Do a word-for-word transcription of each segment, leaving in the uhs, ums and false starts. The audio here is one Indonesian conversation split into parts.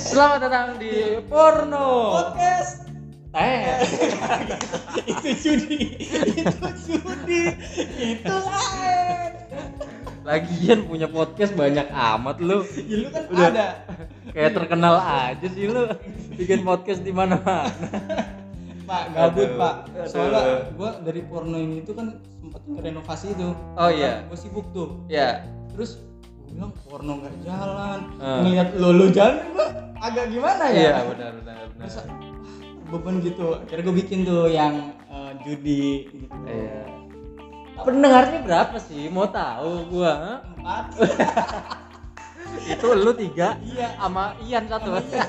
Selamat datang di Porno Podcast. Eh, Itu judi, itu judi, itu lain. lagian punya podcast banyak amat lu. Ya lu kan Udah. ada. Kayak terkenal aja sih lu. Bikin podcast di mana-mana. Pak, gabut Aduh. Pak. Soalnya Aduh. gua dari porno ini tuh kan sempat ngerenovasi itu. Oh iya. Gua sibuk tuh. Ya. Terus gua bilang porno nggak jalan. Hmm. Ngeliat lo lo jalan gua agak gimana ya? Iya, benar benar benar. Terus, ah, beban gitu. Akhirnya gua bikin tuh yang eh, judi gitu. Iya. Pendengarnya berapa sih? Mau tahu gua. ha? Empat. Itu lu tiga Iya. sama Ian satu. Iya.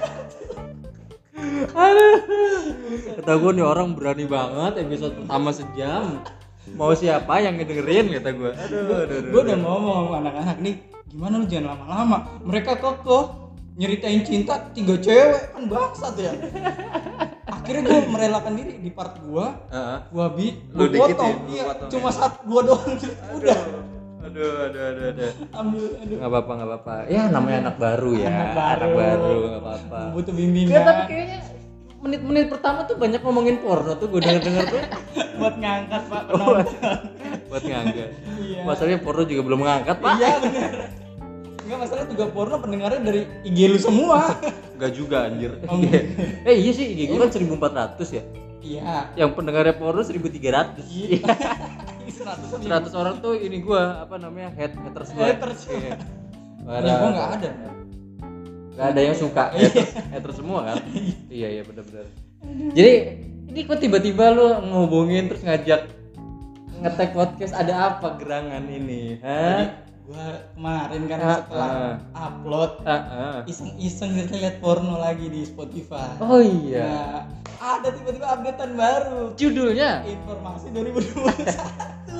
Aduh. Kata gue nih orang berani banget episode pertama sejam. Mau siapa yang ngedengerin kata gue. Aduh, aduh, aduh. Gue udah ngomong sama anak-anak nih, gimana lu jangan lama-lama. Mereka kokoh nyeritain cinta tiga cewek kan bangsat ya. Akhirnya gue merelakan diri di part gua, Heeh. gua bi, Lu gua dikit potong. ya, lu Iya, potong cuma ya. satu gua doang. Udah. Aduh, aduh, aduh, aduh. Ambil, aduh. Enggak apa-apa, enggak apa-apa. Ya namanya anak baru ya. Anak baru. baru enggak apa-apa. Butuh bimbingan. Ya, tapi kayaknya menit-menit pertama tuh banyak ngomongin porno tuh gue denger-denger tuh. buat ngangkat Pak Oh, penonton. buat ngangkat. Iya. Masalahnya porno juga belum ngangkat, Pak. Iya benar. Enggak masalah juga porno pendengarnya dari I G lu semua. Enggak juga anjir. Oh, enggak. Eh iya sih, I G gue kan seribu empat ratus ya. Iya. Yang pendengarnya porno seribu tiga ratus. Iya. seratus seratus orang tuh ini gua apa namanya head haters gua. Haters. Iya. Ya gua enggak ada. Enggak ada yang suka haters, haters semua kan. Iya iya benar-benar. Jadi ini kok tiba-tiba lu ngehubungin terus ngajak nge-tag podcast ada apa gerangan ini? Jadi Hah? gua kemarin kan Ah, setelah ah. upload Ah, ah. iseng-iseng gitu lihat porno lagi di Spotify. Oh iya. Nah, ada tiba-tiba updatean baru. Judulnya Informasi dua ribu dua puluh satu.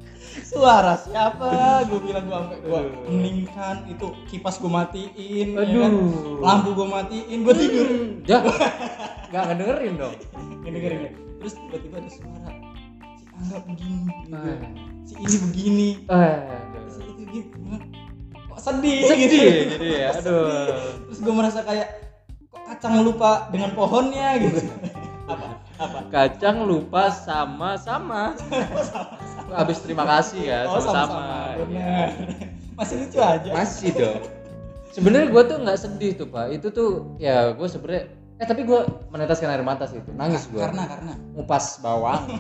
Suara siapa? Gue bilang gue sampai gue Aduh. meningkan itu kipas gue matiin, ya Aduh. kan? Lampu gue matiin, gue tidur. Dah. Enggak ngedengerin dong. Dengerin ya. Terus tiba-tiba ada suara si Angga begini, gitu. Ah. Si ini begini, Eh. si itu gitu. Kok sedih, Sedih gitu. jadi ya. Aduh. Terus gue merasa kayak kok kacang lupa dengan pohonnya gitu. Apa? Apa? Kacang lupa sama-sama. Habis terima kasih ya Oh, sama-sama. sama-sama. Iya. Benar. Masih lucu aja. Masih dong. Sebenarnya gue tuh nggak sedih tuh Pak. Itu tuh ya gue sebenarnya eh tapi gue meneteskan air mata sih itu. Nangis gue. Karena karena Ngupas bawang.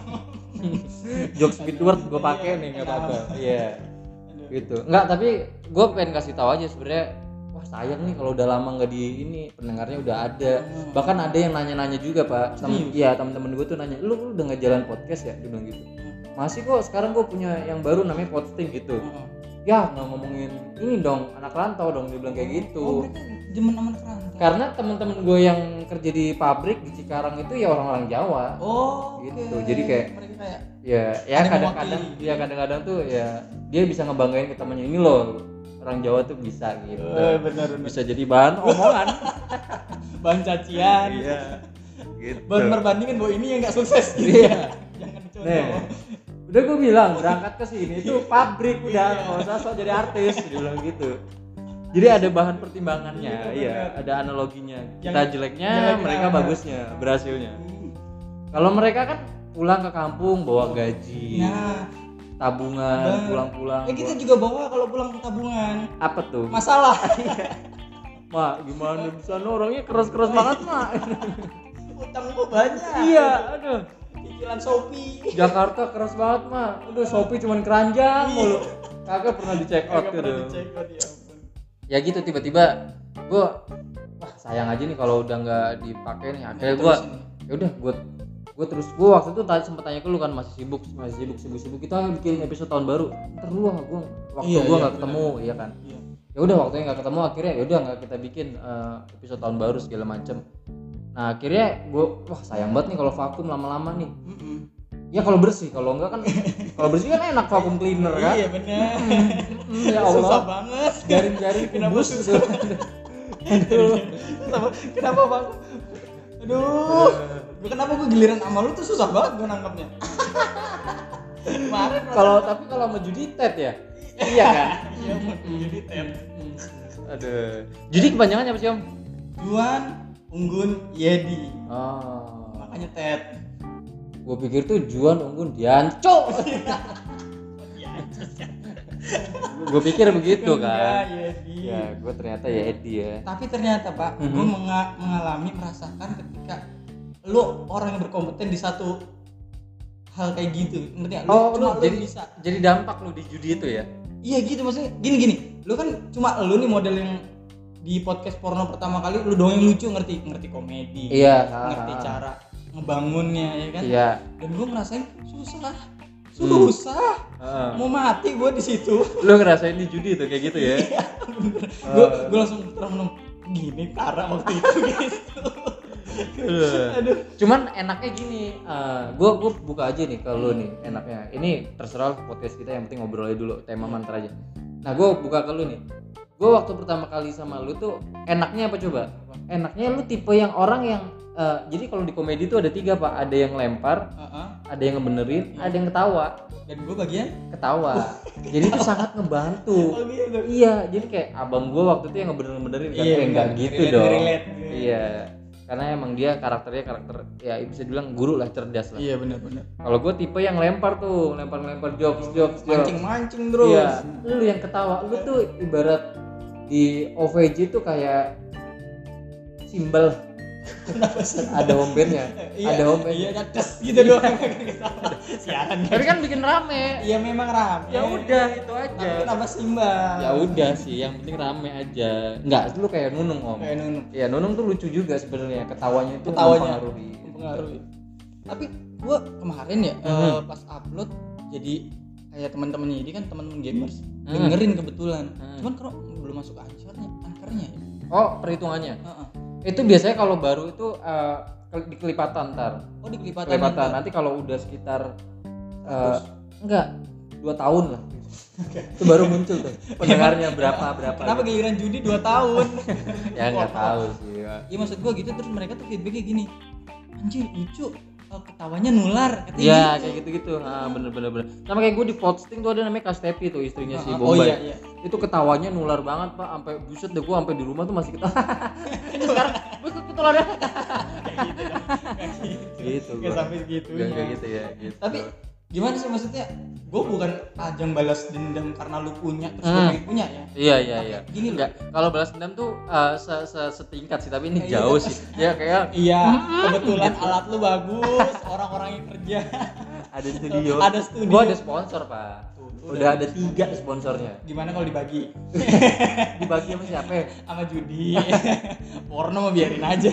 Jokes Squidward gue pakai nih nggak apa-apa. Iya. Gitu. Nggak tapi gue pengen kasih tahu aja sebenarnya. Wah sayang nih kalau udah lama nggak di ini pendengarnya udah ada. Hmm. Bahkan ada yang nanya-nanya juga Pak. Tem- Serius? Iya teman-teman gue tuh nanya, lu, lu udah nggak jalan podcast ya? Dia bilang gitu. Masih kok sekarang gue punya yang baru namanya Podsting gitu. Oh. Ya nggak ngomongin ini dong anak rantau dong dia bilang kayak Oh, gitu. mereka demen sama kerantau. Karena teman-teman gue yang kerja di pabrik di Cikarang itu ya orang-orang Jawa. Oh, Gitu. oke. Jadi kayak mereka kayak Ya ya Ada yang kadang-kadang mewakili. ya kadang-kadang tuh ya dia bisa ngebanggain ke temannya ini loh orang Jawa tuh bisa gitu. Eh, benar benar. Bisa jadi bahan omongan. Bahan cacian. Iya. Gitu. Bahan perbandingan bahwa ini yang nggak sukses. Iya. Jangan dicontoh. Nih, udah gue bilang berangkat ke sini itu pabrik udah Iya. nggak usah sok jadi artis dia bilang gitu. Jadi ada bahan pertimbangannya, Iya, iya, benar. ada analoginya. Kita Yang jeleknya, jeleknya. mereka bagusnya, berhasilnya. Hmm. Kalau mereka kan pulang ke kampung bawa gaji, Nah, tabungan, benar. pulang-pulang. ya kita bawa- juga bawa kalau pulang ke tabungan. Apa tuh? Masalah. Mak, gimana di sana orangnya keras-keras banget, Mak. Utang gua banyak. Iya, aduh. Cicilan Shopee. Jakarta keras banget, Mak. Udah Shopee cuman keranjang mulu. Kagak pernah di check out Nggak pernah gitu. dicek out, ya ampun. Ya gitu tiba-tiba gua wah sayang aja nih kalau udah nggak dipakai nih. Akhirnya gua Terusin. ya udah gua gua terus gua waktu itu tadi sempat tanya ke lu kan masih sibuk masih sibuk sibuk sibuk kita bikin episode tahun baru. Ntar lu ah gua waktu Iya, gua iya, nggak ketemu iya kan. Iya. Ya udah waktunya nggak ketemu akhirnya ya udah nggak kita bikin eh, episode tahun baru segala macem. Nah akhirnya gua wah sayang banget nih kalau vakum lama-lama nih. Mm-mm. Ya kalau bersih, kalau enggak kan kalau bersih kan enak vakum cleaner kan. Iya benar. Hmm, ya Susah Allah. banget. Jaring-jaring Kenapa kubus susah? gitu. Aduh. Kenapa? Kenapa bang? Aduh. Gua kenapa gua giliran sama lu tuh susah banget gua nangkapnya. Kemarin Kalau tapi kalau sama judi tet ya. Iya kan? iya mau jadi tem. Aduh. Judi kepanjangannya apa sih Om? Juan, Unggun, Yedi. Oh. Makanya Ted. Gue pikir tuh Juan, Unggun, Dianco. Gue pikir begitu kan. Yedi. Ya, gue ternyata ya Edi ya. Tapi ternyata Pak, Mm-hmm. gue menga- mengalami merasakan ketika lu orang yang berkompeten di satu hal kayak gitu, ngerti gak? Lu Oh, cuma lu lu jadi bisa. jadi dampak lu di judi itu ya? Iya gitu maksudnya. Gini gini, lu kan cuma lu nih model yang di podcast porno pertama kali lu doang yang lucu, ngerti ngerti komedi. Iya, Ngerti ah, cara ngebangunnya ya kan? Iya. Dan gue ngerasain susah. Susah. Heeh. Mau mati gue di situ. Lu ngerasain di judi tuh kayak gitu ya? Gue gue langsung termenung gini Tara waktu itu gitu. Aduh. Cuman enaknya gini, uh, gue gue buka aja nih ke lu nih enaknya. Ini terserah podcast kita, yang penting ngobrol aja dulu, tema mantra aja. Nah gue buka ke lu nih. Gue waktu pertama kali sama lu tuh enaknya apa coba? Enaknya lu tipe yang orang yang uh, jadi kalau di komedi tuh ada tiga Pak, ada yang lempar, Uh-huh. ada yang ngebenerin, ada yang ketawa. Dan gue bagian Ketawa. Jadi itu sangat ngebantu. oh gitu. Iya, jadi kayak abang gue waktu itu yang ngebenerin-ngebenerin kan, Iya, kayak enggak bener. gitu Relate, dong. relate, gitu. Iya. Karena emang dia karakternya karakter ya bisa dibilang guru lah, cerdas lah. Iya benar-benar. Kalau gue tipe yang lempar tuh, lempar-lempar jokes, jokes, jokes. Mancing-mancing terus. Iya. Lu yang ketawa, lu tuh ibarat di O V J tuh kayak simbol. Kenapa sih? Ada home band-nya. Iya, Ada home band. Iya, ngedes gitu doang. Siaran. Tapi kan bikin rame. Iya memang rame. Ya udah itu aja. Tapi kenapa Simba? Ya udah sih, yang penting rame aja. Enggak, lu kayak Nunung Om. Kayak Nunung. Iya, Nunung tuh lucu juga sebenarnya. Ketawanya itu Ketawanya mempengaruhi. mempengaruhi. Tapi gua kemarin ya Hmm. eh, pas upload jadi kayak teman-temannya ini kan teman-teman gamers Hmm. dengerin kebetulan. Hmm. Cuman kalau belum masuk anchornya, anchornya ya. Oh, perhitungannya. Heeh. Itu biasanya kalau baru itu uh, ke- di kelipatan ntar. Oh di kelipatan. Kelipatan. itu. Nanti kalau udah sekitar uh, enggak dua tahun lah. Itu baru muncul tuh. Pendengarnya berapa berapa. Kenapa giliran judi dua tahun? Ya enggak tahu sih. Ya. Iya maksud gua gitu, terus mereka tuh feedbacknya gini. Anjir lucu, oh, ketawanya nular katanya. Iya, gitu. kayak gitu-gitu. Ah, bener bener bener. Sama kayak gue di posting tuh ada namanya Kastepi tuh, istrinya si Ah, Bombay. oh iya iya. Itu ketawanya nular banget Pak, sampai buset deh gue sampai di rumah tuh masih ketawa. Ini sekarang gue ketularan. Gitu. Nggak gua. sampai segitunya. Nggak nggak gitu ya. Gitu. Tapi gimana sih maksudnya? Gue bukan ajang balas dendam karena lu punya terus Hmm. gue pengen punya ya. Iya iya iya. Gini loh. Enggak, kalau balas dendam tuh uh, se- se- setingkat sih, tapi ini Iya. jauh sih. Ya kayak Iya, kebetulan alat lu bagus, orang-orang yang kerja. ada studio. Ada studio. Gua ada sponsor, Pak. Tuh, Udah ada tiga sponsornya. Gimana kalau dibagi Dibagi sama siapa? ya? sama judi? Porno mah biarin aja.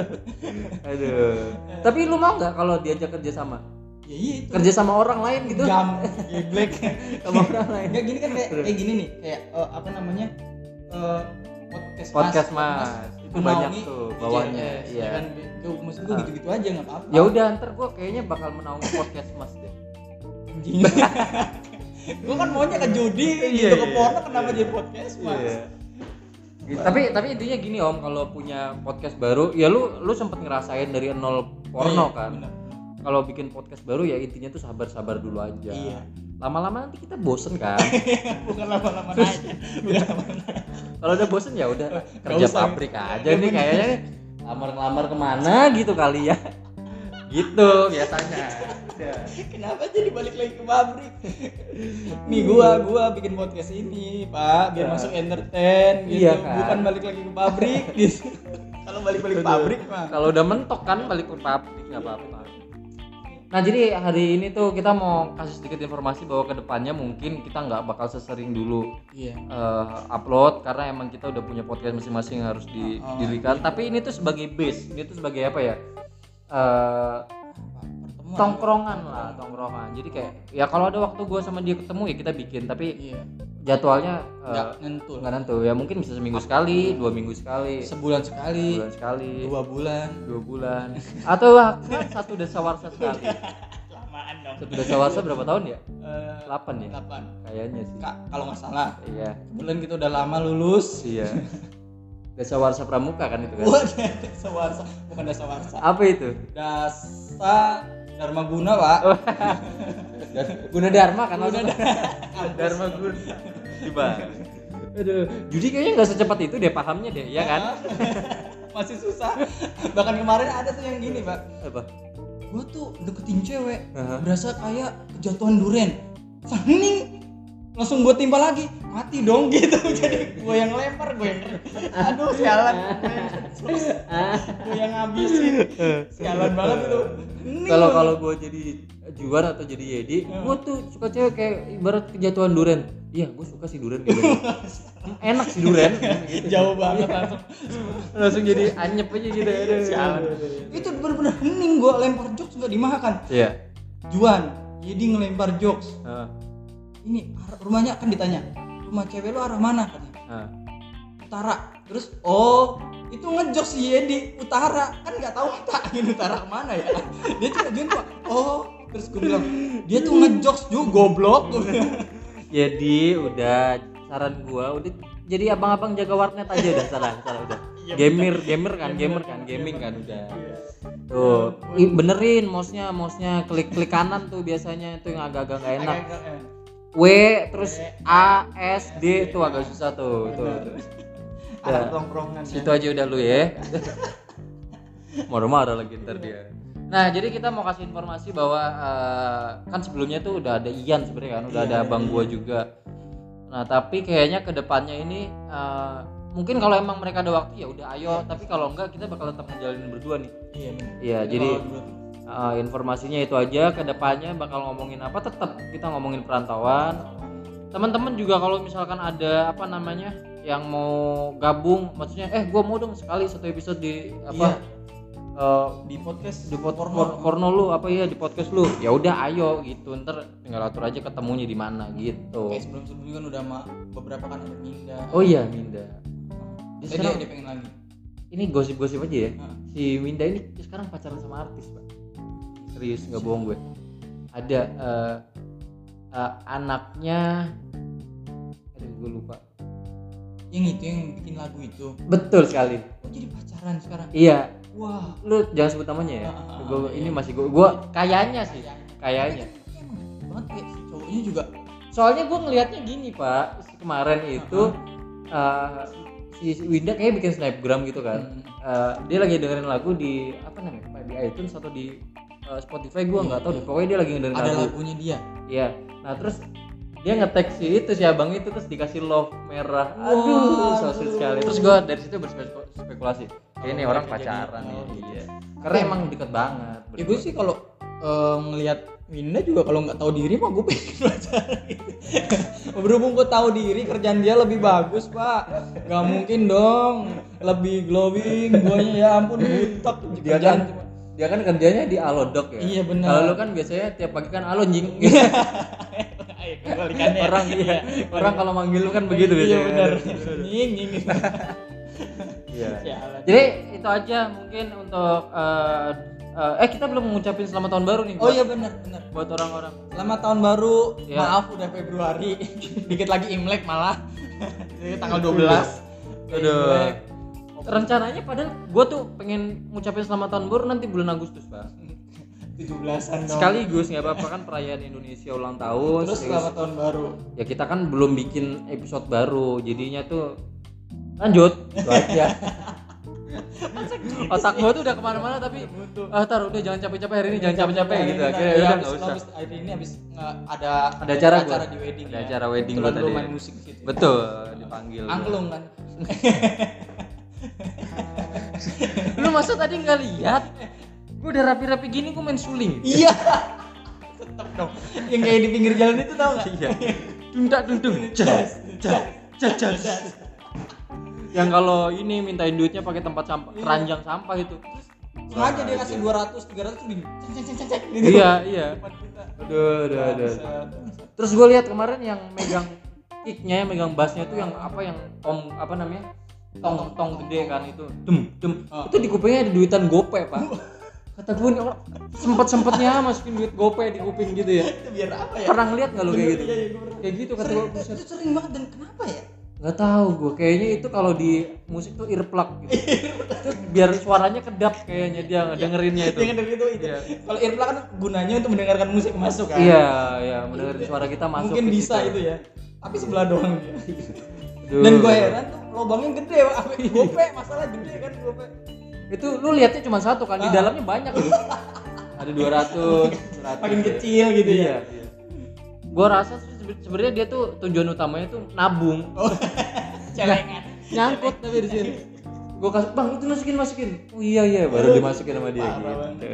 Aduh. Tapi lu mau nggak kalau diajak kerja sama? Ya iya itu. Kerja sama orang lain gitu? Jam, geblek. Sama orang lain. Enggak gini kan kayak, kayak gini nih, kayak eh, apa namanya? eh, podcast Podcast Mas. Itu banyak menaungi tuh I J S, bawahnya. ya Iya. kan? Tuh, maksud gua gitu-gitu aja enggak apa-apa. Ya udah, ntar gua kayaknya bakal menaungi podcast Mas deh. Anjing. Gua kan maunya ke judi Iya, gitu, ke iya. porno kenapa jadi podcast Mas? Iya. Gitu. Tapi tapi intinya gini Om, kalau punya podcast baru, ya lu lu sempet ngerasain dari nol porno Iya, kan. bener. Kalau bikin podcast baru ya intinya tuh sabar-sabar dulu aja. Iya. Lama-lama nanti kita bosen kan. Bukan lama-lama aja. Bukan lama-lama. Kalau udah bosen ya udah Nggak kerja usah. pabrik aja Ya, nih bener. kayaknya nih. Lamar-lamar kemana gitu kali ya. Gitu biasanya. Ya. Kenapa jadi balik lagi ke pabrik? Nih gua gua bikin podcast ini, Pak, biar Ya. masuk entertain gitu. Iya, kan? Bukan balik lagi ke pabrik gitu. Kalau balik-balik ke pabrik mah. Kalau udah mentok kan balik ke pabrik nggak apa-apa. Nah jadi hari ini tuh kita mau kasih sedikit informasi bahwa kedepannya mungkin kita nggak bakal sesering dulu Iya. uh, upload karena emang kita udah punya podcast masing-masing yang harus Oh, didirikan. Tapi ini tuh sebagai base, ini tuh sebagai apa ya? Uh, Pertemuan. tongkrongan lah, tongkrongan. Jadi kayak ya kalau ada waktu gue sama dia ketemu ya kita bikin. Tapi Iya. jadwalnya Nggak uh, nentu. nggak nentu ya, mungkin bisa seminggu sekali, dua minggu sekali, Sebulan sekali, bulan sekali, dua bulan. dua bulan, atau bahkan satu dasawarsa sekali. Lamaan dong. Satu dasawarsa berapa tahun ya? Eh, delapan ya? delapan. Kayaknya sih. Kak, kalau nggak salah. Iya. Kebetulan kita udah lama lulus. Iya. Dasawarsa Pramuka kan itu kan? Bukan dasawarsa, bukan dasawarsa. Apa itu? Dasa Dharma Guna, Pak. Guna Dharma kan? Guna Dharma. Dharma Guna. Coba. Aduh, judi kayaknya nggak secepat itu deh pahamnya deh, ya kan? masih susah. Bahkan kemarin ada tuh yang gini, Pak. Apa? Gua tuh deketin cewek, Aha. berasa kayak kejatuhan duren. Saning langsung gue timpa lagi, mati dong gitu. Jadi gue yang lempar, gue yang aduh sialan, gue yang ngabisin, sialan banget itu. Kalau kalau gue jadi Juan atau jadi Yedi, Hmm. gue tuh suka cewek kayak ibarat kejatuhan duren. Iya, gue suka si duren gitu. Enak si duren. Gitu. Jauh banget langsung. Langsung jadi anyep aja gitu. Aduh. Sialan. Itu bener-bener hening, gue lempar jokes nggak dimakan. Iya. Juan, Yedi ngelempar jokes. Heeh. Ini arah- rumahnya kan ditanya, rumah cewek lu arah mana? Katanya. Heeh. Utara. Terus oh itu ngejok si Yedi utara, kan nggak tahu kita angin utara kemana ya. Dia cuma jujur, oh terus gue bilang dia tuh ngejokes juga goblok. Gue bilang. Jadi udah saran gua udah jadi abang-abang jaga warnet aja udah salah salah udah. Iya, Gamer gamer kan gamer kan gaming kan udah. Tuh, i- benerin mouse-nya, mouse-nya klik-klik kanan tuh biasanya itu yang agak-agak nggak enak. W terus A S D tuh agak susah tuh tuh. tuh. Ada Ya, tongkrongan. situ aja udah lu ya. Marah-marah lagi ntar dia. Nah, jadi kita mau kasih informasi bahwa uh, kan sebelumnya tuh udah ada Ian sebenarnya kan, udah Iya, ada ada abang Ian. gua juga. Nah, tapi kayaknya kedepannya ini uh, mungkin kalau emang mereka ada waktu ya udah ayo, tapi kalau enggak kita bakal tetap ngejalanin berdua nih. Iya benar. Iya, jadi uh, informasinya itu aja. Kedepannya bakal ngomongin apa, tetap kita ngomongin perantauan. Teman-teman juga kalau misalkan ada apa namanya yang mau gabung, maksudnya eh gua mau dong sekali satu episode di apa uh, di podcast di pod- porno. por- porno lu apa ya di podcast lu, ya udah ayo gitu, ntar tinggal atur aja ketemunya di mana gitu. Kayak sebelum-sebelumnya kan udah ma- beberapa kan ada Minda. Oh iya, Minda. Dia Eh, sekarang- dia, dia pengen lagi. Ini gosip-gosip aja ya. Hah. Si Minda ini sekarang pacaran sama artis, Pak. Serius, nggak bohong gue. Ada uh, uh, anaknya, aduh gue lupa. Yang itu yang bikin lagu itu. Betul sekali. Oh jadi pacaran sekarang. Iya. Wah. Lu jangan sebut namanya ya. Ah, ah, ah, Gua, iya. ini masih gue. Gue kayaknya sih. Kayaknya. Tapi emang deket banget kayak si cowoknya juga. Soalnya gue ngelihatnya gini Pak, kemarin itu uh, si Winda kayak bikin snapgram gitu kan. Hmm. Uh, dia lagi dengerin lagu di apa namanya Pak, di iTunes atau di uh, Spotify gue nggak tahu deh. Pokoknya dia lagi dengerin Ada lagu. lagunya dia. Iya. Nah terus dia nge-tag si itu si abang itu terus dikasih love merah. Aduh, so sweet sekali. Terus gue dari situ berspekulasi. Kayak ini Oh, orang mereka pacaran jadi- ya. oh, gitu. Iya. Karena emang deket banget. Ibu sih kalau eh, ngelihat Winda juga kalau nggak tahu diri mah gue pengen pacaran gitu. Berhubung gue tahu diri kerjaan dia lebih bagus pak, nggak mungkin dong lebih glowing, guanya ya ampun butek Dia kerjaan kan cuma. dia kan kerjanya di Alodok ya. Iya, benar. Kalau lu kan biasanya tiap pagi kan alo nying. Ayo, kebalikannya. orang iya. Orang kalau manggil lu kan begitu Iya biasanya. benar. Nying nying. Iya. Sialan. Jadi itu aja mungkin untuk eh, eh, eh kita belum ngucapin selamat tahun baru nih. Oh buat- iya benar benar. buat orang-orang. Selamat tahun baru. Iya. Maaf udah Februari. Dikit lagi Imlek malah. Ini tanggal dua belas. Aduh. Imlek. Rencananya padahal gue tuh pengen ngucapin selamat tahun baru nanti bulan Agustus Pak. tujuh belasan dong. Sekaligus nggak apa-apa kan perayaan Indonesia ulang tahun. Terus selamat tahun baru. Ya kita kan belum bikin episode baru, jadinya tuh lanjut itu aja. Otak gua tuh udah kemana-mana tapi ah tar udah jangan capek-capek hari ini, jangan capek-capek gitu. Akhirnya udah nggak usah. Hari ini habis nggak ada Ada acara gua. acara di wedding. Ada ya. acara wedding Kebetulan gua lu tadi. main musik di situ. Betul, dipanggil. gua. Angklung kan. Lu masa tadi nggak lihat? Gua udah rapi-rapi gini gua main suling. Iya. Tetep dong. Yang kayak di pinggir jalan itu tau nggak? Iya. Dundak dundung. Jas, jas, jas, jas. Yang kalau ini mintain duitnya pakai tempat sampah, keranjang sampah itu. Sengaja dia kasih dua ratus, tiga ratus di cek cek cek cek gitu. Iya, iya. Depan kita. Aduh, aduh, aduh. Bangsat. Terus gue lihat kemarin yang megang kicknya, yang megang bassnya tuh yang apa yang tom apa namanya tong tong gede kan itu dem dem Ah. itu di kupingnya ada duitan gope Pak. Kata gue nih orang sempet sempetnya masukin duit gope di kuping gitu ya. Itu biar apa ya? Pernah ngeliat nggak lo kayak gitu? Iya, iya, gua pernah. Kayak gitu kata Sering, gue. itu sering banget dan kenapa ya? Nggak tahu gue. Kayaknya itu kalau di musik tuh earplug gitu. Itu biar suaranya kedap kayaknya dia ngedengerinnya itu. Yang dari itu itu. Iya. Kalau earplug kan gunanya untuk mendengarkan musik masuk kan. Iya, iya mendengarin suara kita masuk. Mungkin ke bisa situ. itu ya. Tapi sebelah doang dia. Aduh. Dan gue heran tuh lubangnya gede, Pak. Gope masalah gede kan gope. Itu lu lihatnya cuma satu kan, di dalamnya banyak gitu. Ada dua ratus, seratus. Makin kecil gitu ya. Iya, iya. Gua rasa sebe- sebenarnya dia tuh tujuan utamanya tuh nabung. Oh. Celengan. Nyangkut tapi di sini. Gua kasih, "Bang, itu masukin, masukin." Oh iya iya, baru dimasukin sama dia gitu.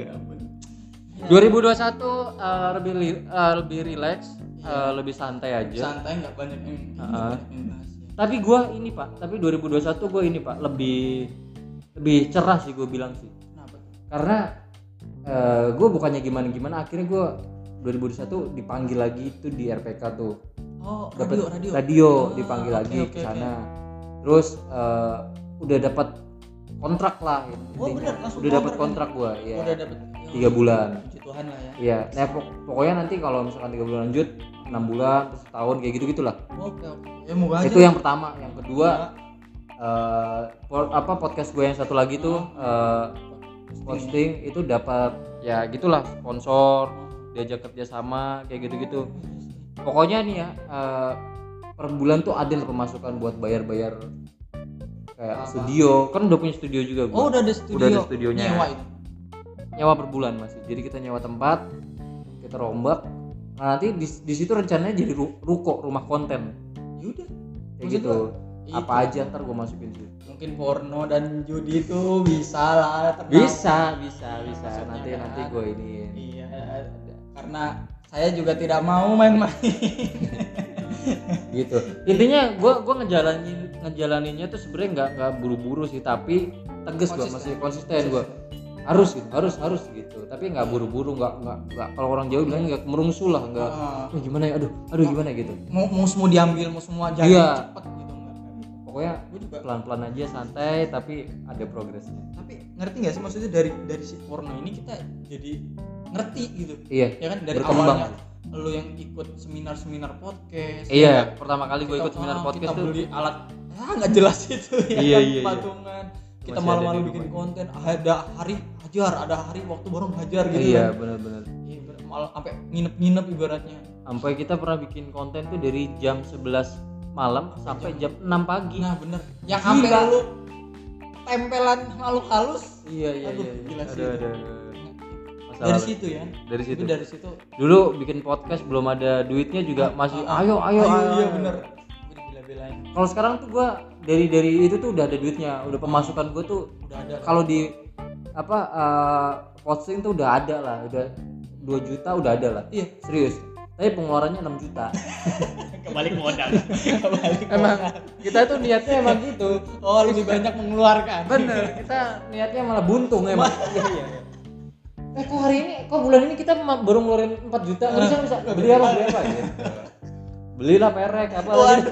dua ribu dua puluh satu uh, lebih li- uh, lebih relax, uh, lebih santai aja. Santai enggak banyak yang Uh-uh. nggak banyak yang bahas ya. Tapi gua ini, Pak, tapi dua ribu dua puluh satu gua ini, Pak, lebih lebih cerah sih gua bilang sih. Kenapa? Karena uh, gua bukannya gimana-gimana, akhirnya gua dua ribu dua puluh satu dipanggil lagi itu di R P K tuh. Oh, Dapet radio, radio. radio Oh, dipanggil oke, lagi oke, ke sana. Terus uh, udah dapat kontrak lah Oh, intinya. bener, langsung Udah dapat kontrak kontrak gua, ya. Udah dapat tiga bulan. Puji Tuhan lah ya. Iya, nah pok- pokoknya nanti kalau misalkan tiga bulan lanjut, enam bulan, terus setahun kayak gitu-gitulah. Oke, oke. Ya moga aja. Itu yang pertama, yang kedua eh po- apa podcast gue yang satu lagi tuh eh, posting itu dapat ya gitulah sponsor, diajak kerjasama kayak gitu-gitu. Pokoknya nih ya eh, per bulan tuh ada pemasukan buat bayar-bayar kayak Apa? studio, kan udah punya studio juga gue. Oh, udah ada studio. Udah ada studionya. Nyewa itu. Nyewa per bulan masih. Jadi kita nyewa tempat, kita rombak. Nah, nanti di, di situ rencananya jadi ru- ruko, rumah konten. Ya udah. Kayak Maksud gitu. gua, Apa itu. aja ntar gue masukin situ. Mungkin porno dan judi itu bisa lah. terkenal. Bisa, bisa, bisa. Maksudnya Nanti kan. nanti gue ini. Iya. Karena saya juga tidak mau main-main. Gitu. Intinya gue gue ngejalanin ngejalaninnya tuh sebenarnya nggak nggak buru-buru sih, tapi tegas gue Konsisten. masih konsisten gue. Harus gitu, harus harus gitu. Tapi nggak buru-buru, nggak nggak nggak kalau orang Jawa bilang nggak merungsul lah, nggak. Ah. "Eh, gimana ya? Aduh, aduh gimana gitu. mau mau semua diambil, mau semua jadi Iya. cepet gitu enggak enggak gitu. Pokoknya Gue juga pelan-pelan aja, santai, tapi ada progresnya. tapi ngerti nggak sih maksudnya dari dari si porno ini kita jadi ngerti gitu Iya. ya kan dari Berkembang. awalnya lu yang ikut seminar-seminar podcast Iya, pertama kali gue Kita- ikut seminar ah, podcast kita tuh. beli alat ah nggak jelas itu ya Iya, kan, iya, iya. patungan kita Masih malam-malam ada di bikin rumah. konten ada hari hajar ada hari waktu baru hajar gitu Iya, kan. benar-benar. Iya, ber- malah sampai nginep-nginep ibaratnya Sampai kita pernah bikin konten tuh dari jam sebelas malam sampai jam enam pagi. nah bener yang Gila. sampai lu tempelan makhluk halus Iya, iya, Aduh, iya. gila sih Ada, itu. ada, ada. Masalah dari lu. situ ya Dari situ. Tapi dari situ Dulu bikin podcast belum ada duitnya juga masih ah, ayo ayo ayo. iya bener gue dibela-belain Kalau sekarang tuh gua dari dari itu tuh udah ada duitnya, udah pemasukan gua tuh udah ada kalau di apa eh, posting tuh udah ada lah, udah dua juta udah ada lah. iya Serius. Tapi pengeluarannya enam juta. kembali modal kembali Emang kita tuh niatnya emang gitu. oh lebih banyak mengeluarkan Bener, kita niatnya malah buntung emang. Iya, iya. Eh kok hari ini, kok bulan ini kita ma- baru ngeluarin empat juta, nggak bisa, bisa. Beli apa, beli apa gitu. Belilah perek, apa lagi. waduh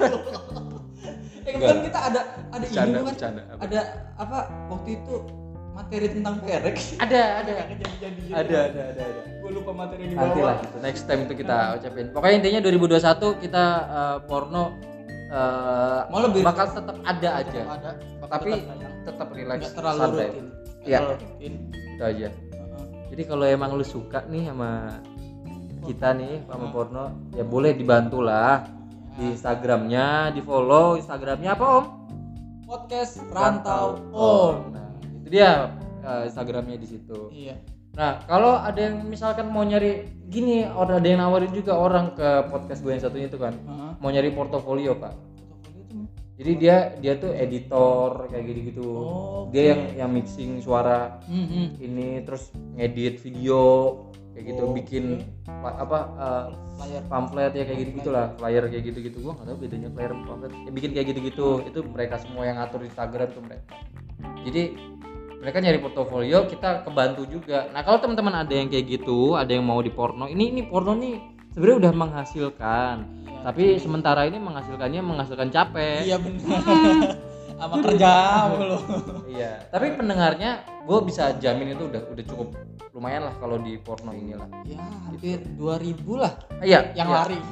eh kebetulan Enggak. kita ada ada Bercanda, ini kan bercanda, apa? ada apa waktu itu materi tentang perek Ada, ada. jadi-jadi Ada, ada, ada, ada. gue lupa materi yang Nanti dibawa lah gitu. Next time itu kita ucapin. Pokoknya intinya dua ribu dua puluh satu kita eh, porno eh, Mau lebih bakal tetap ada aja. ada Tapi tetap tayang. tetap relax, nggak terlalu santai. rutin Nggak Iya. terlalu rutin Itu aja. Heeh. Jadi kalau emang lu suka nih sama kita nih sama porno, ya boleh dibantu lah di Instagramnya, di follow Instagramnya apa Om? podcast rantau on Nah, itu dia eh, Instagramnya di situ. iya Nah, kalau ada yang misalkan mau nyari gini, orang ada yang nawarin juga orang ke podcast gue yang satunya itu kan, Heeh. mau nyari portofolio Pak. Portofolio itu Jadi dia dia tuh editor kayak gitu-gitu. Oh, Dia oke. yang yang mixing suara hmm, hmm. ini, terus ngedit video kayak gitu, Oh, bikin pa- apa eh, layar pamflet ya kayak gitu gitulah, flyer kayak gitu gitu. Gua nggak tahu bedanya flyer sama pamflet. Ya, bikin kayak gitu gitu. Itu mereka semua yang ngatur Instagram tuh mereka. Jadi mereka nyari portofolio, kita kebantu juga. Nah kalau teman-teman ada yang kayak gitu, ada yang mau di porno, ini ini porno nih sebenarnya udah menghasilkan. Iya. Tapi sementara ini menghasilkannya menghasilkan capek. iya bener sama kerja mulu Iya. Tapi pendengarnya, gue bisa jamin itu udah udah cukup lumayan lah kalau di porno inilah. ya hampir dua ribu lah Iya. yang iya. lari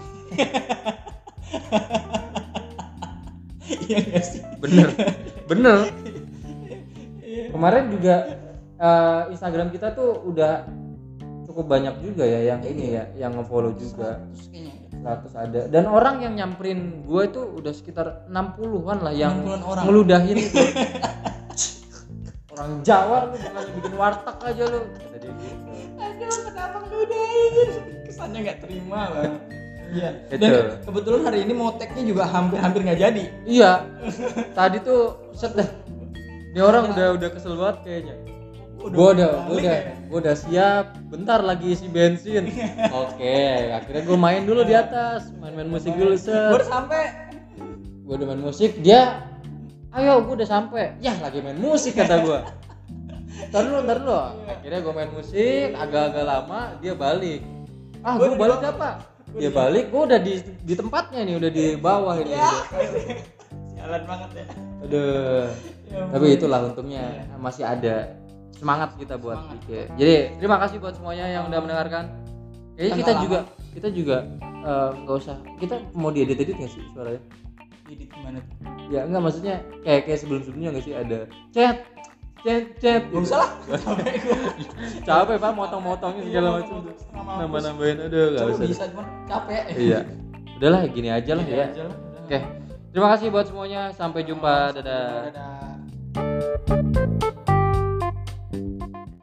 iya nggak sih Bener, bener. Kemarin juga eh, Instagram kita tuh udah cukup banyak juga ya yang ini ya, yang nge-follow juga. terus kayaknya seratus ada. Dan orang yang nyamperin gue itu udah sekitar enam puluhan lah yang enam puluhan orang. ngeludahin itu. orang Jawa lu bukan bikin warteg aja lu kata dia gitu. Aduh, kenapa ngeludahin? Kesannya nggak terima bang. Iya. Gitu. Dan kebetulan hari ini moteknya juga hampir-hampir nggak jadi. Iya. Tadi tuh set dah. Ini orang udah udah kesel banget kayaknya. Gua udah, gua udah, gua udah siap. Bentar lagi isi bensin. Oke, akhirnya gua main dulu di atas, main-main musik dulu set. Baru sampai. Gua udah main musik, dia, ayo gua udah sampai. Yah lagi main musik kata gua. Ntar dulu, ntar dulu. Akhirnya gua main musik, agak-agak lama, dia balik. Ah, gua balik apa? Dia balik, gua udah di di tempatnya nih, udah di bawah ini. Ya. Sialan banget ya. Aduh. Ya, Tapi itulah untungnya masih ada semangat kita buat Semangat. bikin. Jadi terima kasih buat semuanya yang udah mendengarkan. Kayaknya kita Tanggal juga kita juga nggak usah. Kita mau diedit edit nggak sih suaranya? Jadi gimana tuh? Ya enggak maksudnya kayak kayak sebelum sebelumnya nggak sih ada chat chat chat. Gak usah lah. Capek gua. Capek pak motong-motongnya segala macam. Nambah nambahin aduh nggak Coba usah. bisa cuman capek. Iya. Udahlah gini aja lah Gini ya. aja lah, Oke. Terima kasih buat semuanya. Sampai jumpa. Dadah. Dadah.